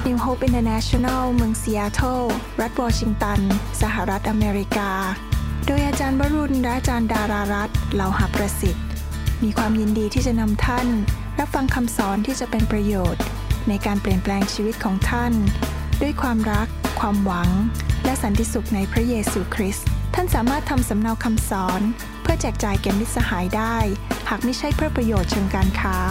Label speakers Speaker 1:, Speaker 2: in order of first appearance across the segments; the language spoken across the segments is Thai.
Speaker 1: New Hope International เมืองซีแอตเทิลรัฐวอชิงตันสหรัฐอเมริกาโดยอาจารย์วรุณและอาจารย์ดารารัตน์เหล่าหประสิทธิ์มีความยินดีที่จะนำท่านรับฟังคำสอนที่จะเป็นประโยชน์ในการเปลี่ยนแปลงชีวิตของท่านด้วยความรักความหวังและสันติสุขในพระเยซูคริสต์ท่านสามารถทำสำเนาคำสอนเพื่อแจกจ่ายแก่มิตรสหายได้หากไม่ใช่เพื่อประโยชน์เชิงการค้า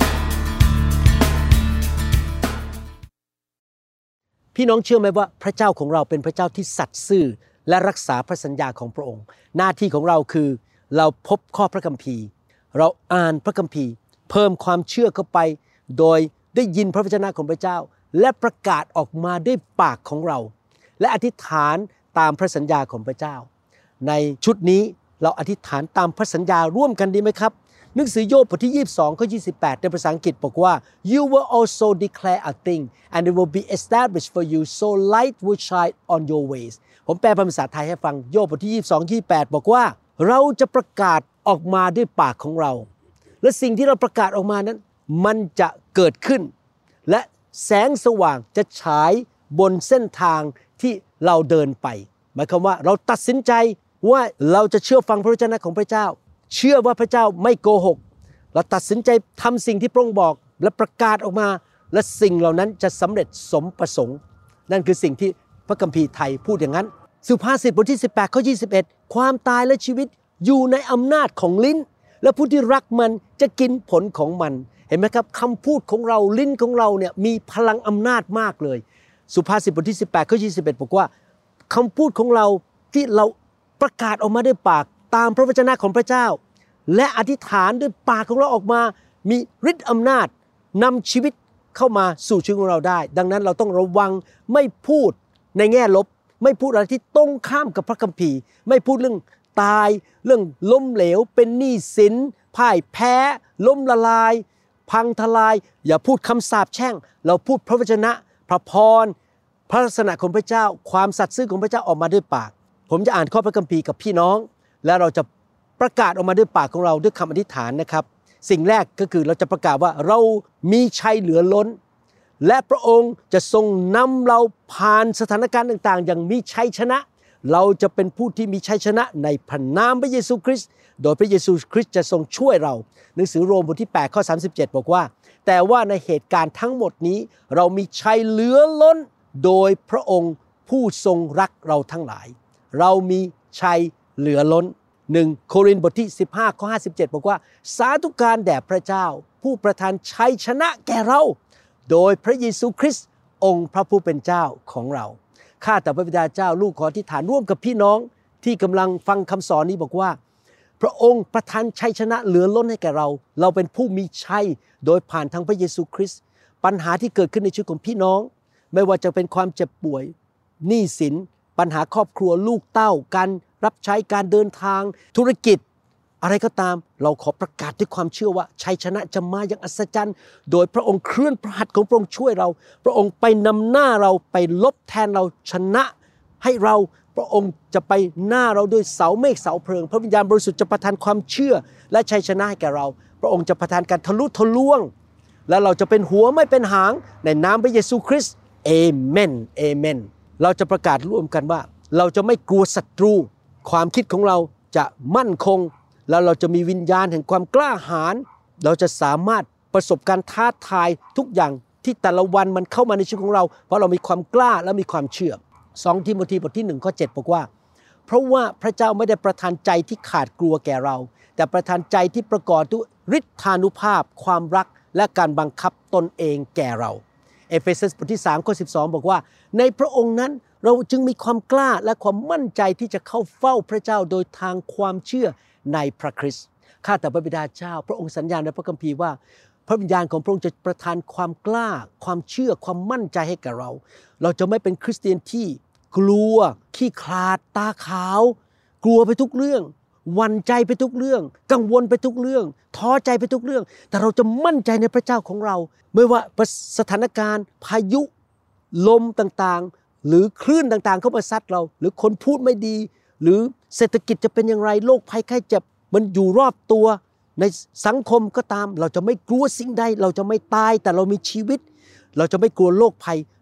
Speaker 2: พี่น้องเชื่อไหมว่าพระเจ้าของเราเป็นพระเจ้าที่สัตย์ซื่อและรักษาพระสัญญาของพระองค์หน้าที่ของเราคือเราพบข้อพระคัมภีร์เราอ่านพระคัมภีร์เพิ่มความเชื่อเข้าไปโดยได้ยินพระวจนะของพระเจ้าและประกาศออกมาด้วยปากของเราและอธิษฐานตามพระสัญญาของพระเจ้าในชุดนี้เราอธิษฐานตามพระสัญญาร่วมกันดีไหมครับหนังสือโยบบทที่22ข้อ28ในภาษาอังกฤษบอกว่า You will also declare a thing and it will be established for you so light will shine on your ways ผมแปลเป็นภาษาไทยให้ฟังโยบบทที่22-28บอกว่าเราจะประกาศออกมาด้วยปากของเราและสิ่งที่เราประกาศออกมานั้นมันจะเกิดขึ้นและแสงสว่างจะฉายบนเส้นทางที่เราเดินไปหมายความว่าเราตัดสินใจว่าเราจะเชื่อฟังพระวจนะของพระเจ้าเชื่อว่าพระเจ้าไม่โกหกเราตัดสินใจทำสิ่งที่พระองค์บอกและประกาศออกมาและสิ่งเหล่านั้นจะสำเร็จสมประสงค์นั่นคือสิ่งที่พระคัมภีร์ไทยพูดอย่างนั้นสุภาษิตบทที่18ข้อ21ความตายและชีวิตอยู่ในอำนาจของลิ้นและผู้ที่รักมันจะกินผลของมันเห็นไหมครับคำพูดของเราลิ้นของเราเนี่ยมีพลังอำนาจมากเลยสุภาษิตบทที่18ข้อ21บอกว่าคำพูดของเราที่เราประกาศออกมาด้วยปากตามพระวจนะของพระเจ้าและอธิษฐานด้วยปากของเราออกมามีฤทธิ์อำนาจนำชีวิตเข้ามาสู่ชีวิตของเราได้ดังนั้นเราต้องระวังไม่พูดในแง่ลบไม่พูดอะไรที่ตรงข้ามกับพระคัมภีร์ไม่พูดเรื่องตายเรื่องล้มเหลวเป็นหนี้สินพ่ายแพ้ล้มละลายพังทลายอย่าพูดคำสาปแช่งเราพูดพระวจนะพระพรพระลักษณะของพระเจ้าความสัตย์ซื่อของพระเจ้าออกมาด้วยปากผมจะอ่านข้อพระคัมภีร์กับพี่น้องและเราจะประกาศออกมาด้วยปากของเราด้วยคำอธิษฐานนะครับสิ่งแรกก็คือเราจะประกาศว่าเรามีชัยเหลือล้นและพระองค์จะทรงนำเราผ่านสถานการณ์ต่างๆอย่างมีชัยชนะเราจะเป็นผู้ที่มีชัยชนะในพระนามพระเยซูคริสต์โดยพระเยซูคริสต์จะทรงช่วยเราหนังสือโรมบทที่8ข้อ37บอกว่าแต่ว่าในเหตุการณ์ทั้งหมดนี้เรามีชัยเหลือล้นโดยพระองค์ผู้ทรงรักเราทั้งหลายเรามีชัยเหลือล้น1โครินธ์บทที่15ข้อ57บอกว่าสาธุการแด่พระเจ้าผู้ประทานชัยชนะแก่เราโดยพระเยซูคริสต์องค์พระผู้เป็นเจ้าของเราข้าแต่พระบิดาเจ้าลูกขออธิษฐานร่วมกับพี่น้องที่กำลังฟังคำสอนนี้บอกว่าพระองค์ประทานชัยชนะเหลือล้นให้แก่เราเราเป็นผู้มีชัยโดยผ่านทางพระเยซูคริสต์ปัญหาที่เกิดขึ้นในชีวิตของพี่น้องไม่ว่าจะเป็นความเจ็บป่วยหนี้สินปัญหาครอบครัวลูกเต้าการรับใช้การเดินทางธุรกิจอะไรก็ตามเราขอประกาศด้วยความเชื่อว่าชัยชนะจะมาอย่างอัศจรรย์โดยพระองค์เคลื่อนพระหัตถ์ของพระองค์ช่วยเราพระองค์ไปนำหน้าเราไปลบแทนเราชนะให้เราพระองค์จะไปหน้าเราด้วยเสาเมฆเสาเพลิงพระวิญญาณบริสุทธิ์จะประทานความเชื่อและชัยชนะให้แก่เราพระองค์จะประทานการทะลุทะลวงและเราจะเป็นหัวไม่เป็นหางในนามพระเยซูคริสต์เอเมนเอเมนเราจะประกาศร่วมกันว่าเราจะไม่กลัวศัตรูความคิดของเราจะมั่นคงแล้วเราจะมีวิญญาณแห่งความกล้าหาญเราจะสามารถประสบการท้าทายทุกอย่างที่แต่ละวันมันเข้ามาในชีวิตของเราเพราะเรามีความกล้าและมีความเชื่อ2ทิโมธีบทที่1ข้อ7บอกว่าเพราะว่าพระเจ้าไม่ได้ประทานใจที่ขาดกลัวแก่เราแต่ประทานใจที่ประกอบด้วยฤทธานุภาพความรักและการบังคับตนเองแก่เราเอเฟซัสบทที่3ข้อ12บอกว่าในพระองค์นั้นเราจึงมีความกล้าและความมั่นใจที่จะเข้าเฝ้าพระเจ้าโดยทางความเชื่อในพระคริสต์ข้าแต่พระบิดาเจ้าพระองค์สัญญาในพระคัมภีร์ว่าพระวิญญาณของพระองค์จะประทานความกล้าความเชื่อความมั่นใจให้แก่เราเราจะไม่เป็นคริสเตียนที่กลัวขี้คลาดตาขาวกลัวไปทุกเรื่องหวั่นใจไปทุกเรื่องกังวลไปทุกเรื่องท้อใจไปทุกเรื่องแต่เราจะมั่นใจในพระเจ้าของเราไม่ว่าสถานการณ์พายุลมต่างๆหรือคลื่นต่างๆเข้ามาซัดเราหรือคนพูดไม่ดีหรือเศรษฐกิจจะเป็นอย่างไรโรคภัยไข้เจ็บมันอยู่รอบตัวในสังคมก็ตามเราจะไม่กลัวสิ่งใดเราจะไม่ตายแต่เรามีชีวิตเราจะไม่กลัวโรคภัย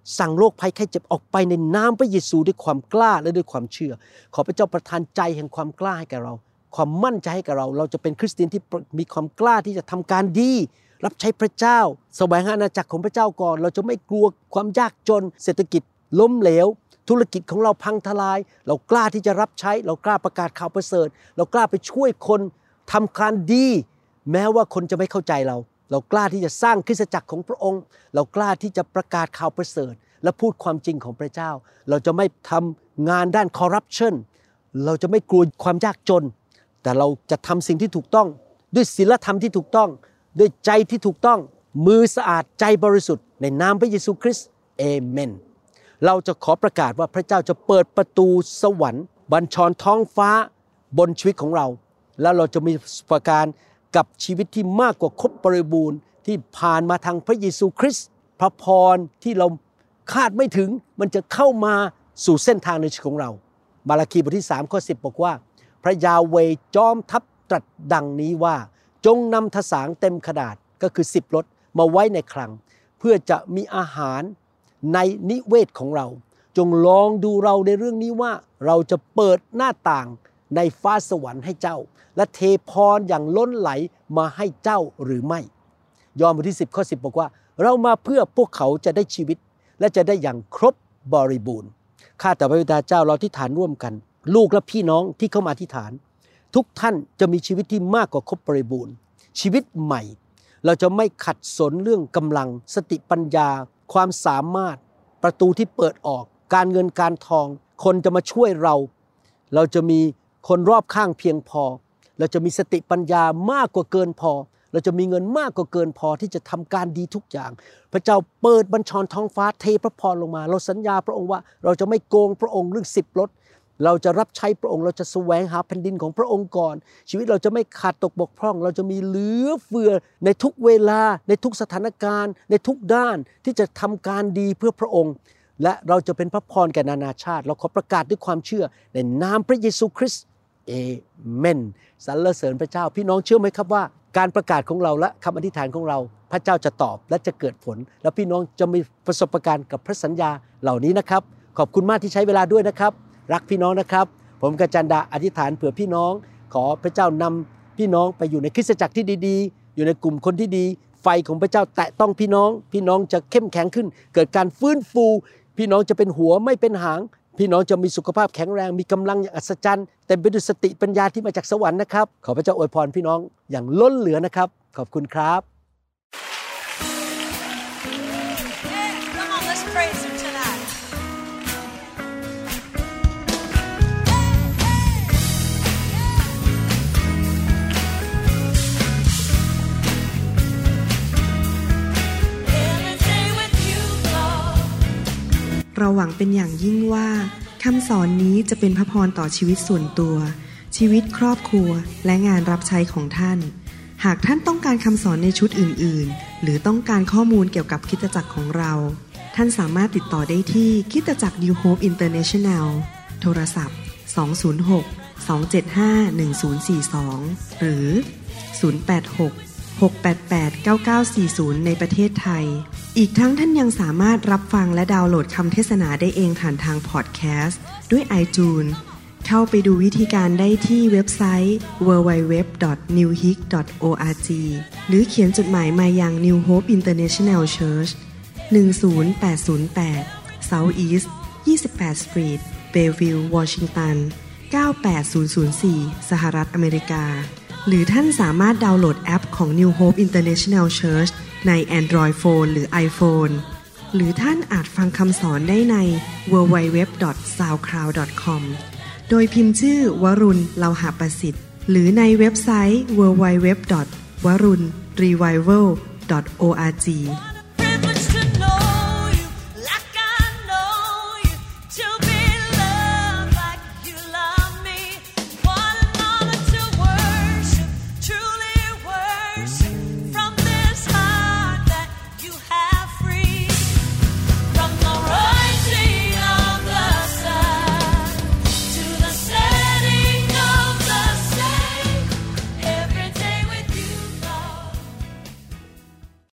Speaker 2: สั่งโรคภัยไข้เจ็บออกไปในนามพระเยซูด้วยความกล้าและด้วยความเชื่อขอพระเจ้าประทานใจแห่งความกล้าให้แก่เราความมั่นใจให้กับเราจะเป็นคริสเตียนที่มีความกล้าที่จะทำการดีรับใช้พระเจ้าแสวงหาอาณาจักรของพระเจ้าก่อนเราจะไม่กลัวความยากจนเศรษฐกิจล้มเหลวธุรกิจของเราพังทลายเรากล้าที่จะรับใช้เรากล้าประกาศข่าวประเสริฐเรากล้าไปช่วยคนทำการดีแม้ว่าคนจะไม่เข้าใจเรากล้าที่จะสร้างคริสตจักรของพระองค์เรากล้าที่จะประกาศข่าวประเสริฐและพูดความจริงของพระเจ้าเราจะไม่ทำงานด้านคอร์รัปชันเราจะไม่กลัวความยากจนแต่เราจะทำสิ่งที่ถูกต้องด้วยศีลธรรมที่ถูกต้องด้วยใจที่ถูกต้องมือสะอาดใจบริสุทธิ์ในนามพระเยซูคริสต์เอเมนเราจะขอประกาศว่าพระเจ้าจะเปิดประตูสวรรค์บัญชรท้องฟ้าบนชีวิตของเราแล้วเราจะมีประการกับชีวิตที่มากกว่าครบบริบูรณ์ที่ผ่านมาทางพระเยซูคริสต์พระพรที่เราคาดไม่ถึงมันจะเข้ามาสู่เส้นทางในชีวิตของเรามาราคีบทที่3ข้อ10บอกว่าพระยาเวห์จอมทัพตรัสดังนี้ว่าจงนำทสางเต็มขนาดก็คือ10 รถมาไว้ในคลังเพื่อจะมีอาหารในนิเวศของเราจงลองดูเราในเรื่องนี้ว่าเราจะเปิดหน้าต่างในฟ้าสวรรค์ให้เจ้าและเทพรอย่างล้นไหลมาให้เจ้าหรือไม่ยอห์นบทที่10ข้อ10บอกว่าเรามาเพื่อพวกเขาจะได้ชีวิตและจะได้อย่างครบบริบูรณ์ข้าแต่พระบิดาเจ้าเราอธิษฐานร่วมกันลูกและพี่น้องที่เข้ามาอธิษฐานทุกท่านจะมีชีวิตที่มากกว่าครบบริบูรณ์ชีวิตใหม่เราจะไม่ขัดสนเรื่องกำลังสติปัญญาความสามารถประตูที่เปิดออกการเงินการทองคนจะมาช่วยเราจะมีคนรอบข้างเพียงพอเราจะมีสติปัญญามากกว่าเกินพอเราจะมีเงินมากกว่าเกินพอที่จะทำการดีทุกอย่างพระเจ้าเปิดบัญชรท้องฟ้าเทพระพรลงมาเราสัญญาพระองค์ว่าเราจะไม่โกงพระองค์เรื่อง10 รถเราจะรับใช้พระองค์เราจะแสวงหาแผ่นดินของพระองค์ก่อนชีวิตเราจะไม่ขาดตกบกพร่องเราจะมีเหลือเฟือในทุกเวลาในทุกสถานการณ์ในทุกด้านที่จะทำการดีเพื่อพระองค์และเราจะเป็นพระพรแก่นานาชาติเราขอประกาศด้วยความเชื่อในนามพระเยซูคริสต์เอเมนสรรเสริญพระเจ้าพี่น้องเชื่อไหมครับว่าการประกาศของเราและคำอธิษฐานของเราพระเจ้าจะตอบและจะเกิดผลและพี่น้องจะมีประสบการณ์กับพระสัญญาเหล่านี้นะครับขอบคุณมากที่ใช้เวลาด้วยนะครับรักพี่น้องนะครับผมกจันดาอธิษฐานเผื่อพี่น้องขอพระเจ้านำพี่น้องไปอยู่ในคริสตจักรที่ดีๆอยู่ในกลุ่มคนที่ดีไฟของพระเจ้าแตะต้องพี่น้องจะเข้มแข็งขึ้นเกิดการฟื้นฟูพี่น้องจะเป็นหัวไม่เป็นหางพี่น้องจะมีสุขภาพแข็งแรงมีกำลังอย่างอัศจรรย์เต็มไปด้วยสติปัญญาที่มาจากสวรรค์นะครับขอพระเจ้าอวยพรพี่น้องอย่างล้นเหลือนะครับขอบคุณครับ
Speaker 3: Come on, let's praise him tonight.
Speaker 4: เราหวังเป็นอย่างยิ่งว่าคำสอนนี้จะเป็นพระพรต่อชีวิตส่วนตัวชีวิตครอบครัวและงานรับใช้ของท่านหากท่านต้องการคำสอนในชุดอื่นๆหรือต้องการข้อมูลเกี่ยวกับคริสตจักรของเราท่านสามารถติดต่อได้ที่คริสตจักร New Hope International โทรศัพท์206-275-1042หรือ086-688-9940ในประเทศไทยอีกทั้งท่านยังสามารถรับฟังและดาวน์โหลดคำเทศนาได้เองผ่านทางพอดแคสต์ด้วย iTunes เข้าไปดูวิธีการได้ที่เว็บไซต์ www.newhope.org หรือเขียนจดหมายมายัง New Hope International Church 10808 South East 28 Street Bellevue Washington 98004 สหรัฐอเมริกาหรือท่านสามารถดาวน์โหลดแอปของ New Hope International Church ใน Android Phone หรือ iPhone หรือท่านอาจฟังคำสอนได้ใน www.soundcloud.com โดยพิมพ์ชื่อวรุณเลาหะประสิทธิ์หรือในเว็บไซต์ www.warunrevival.org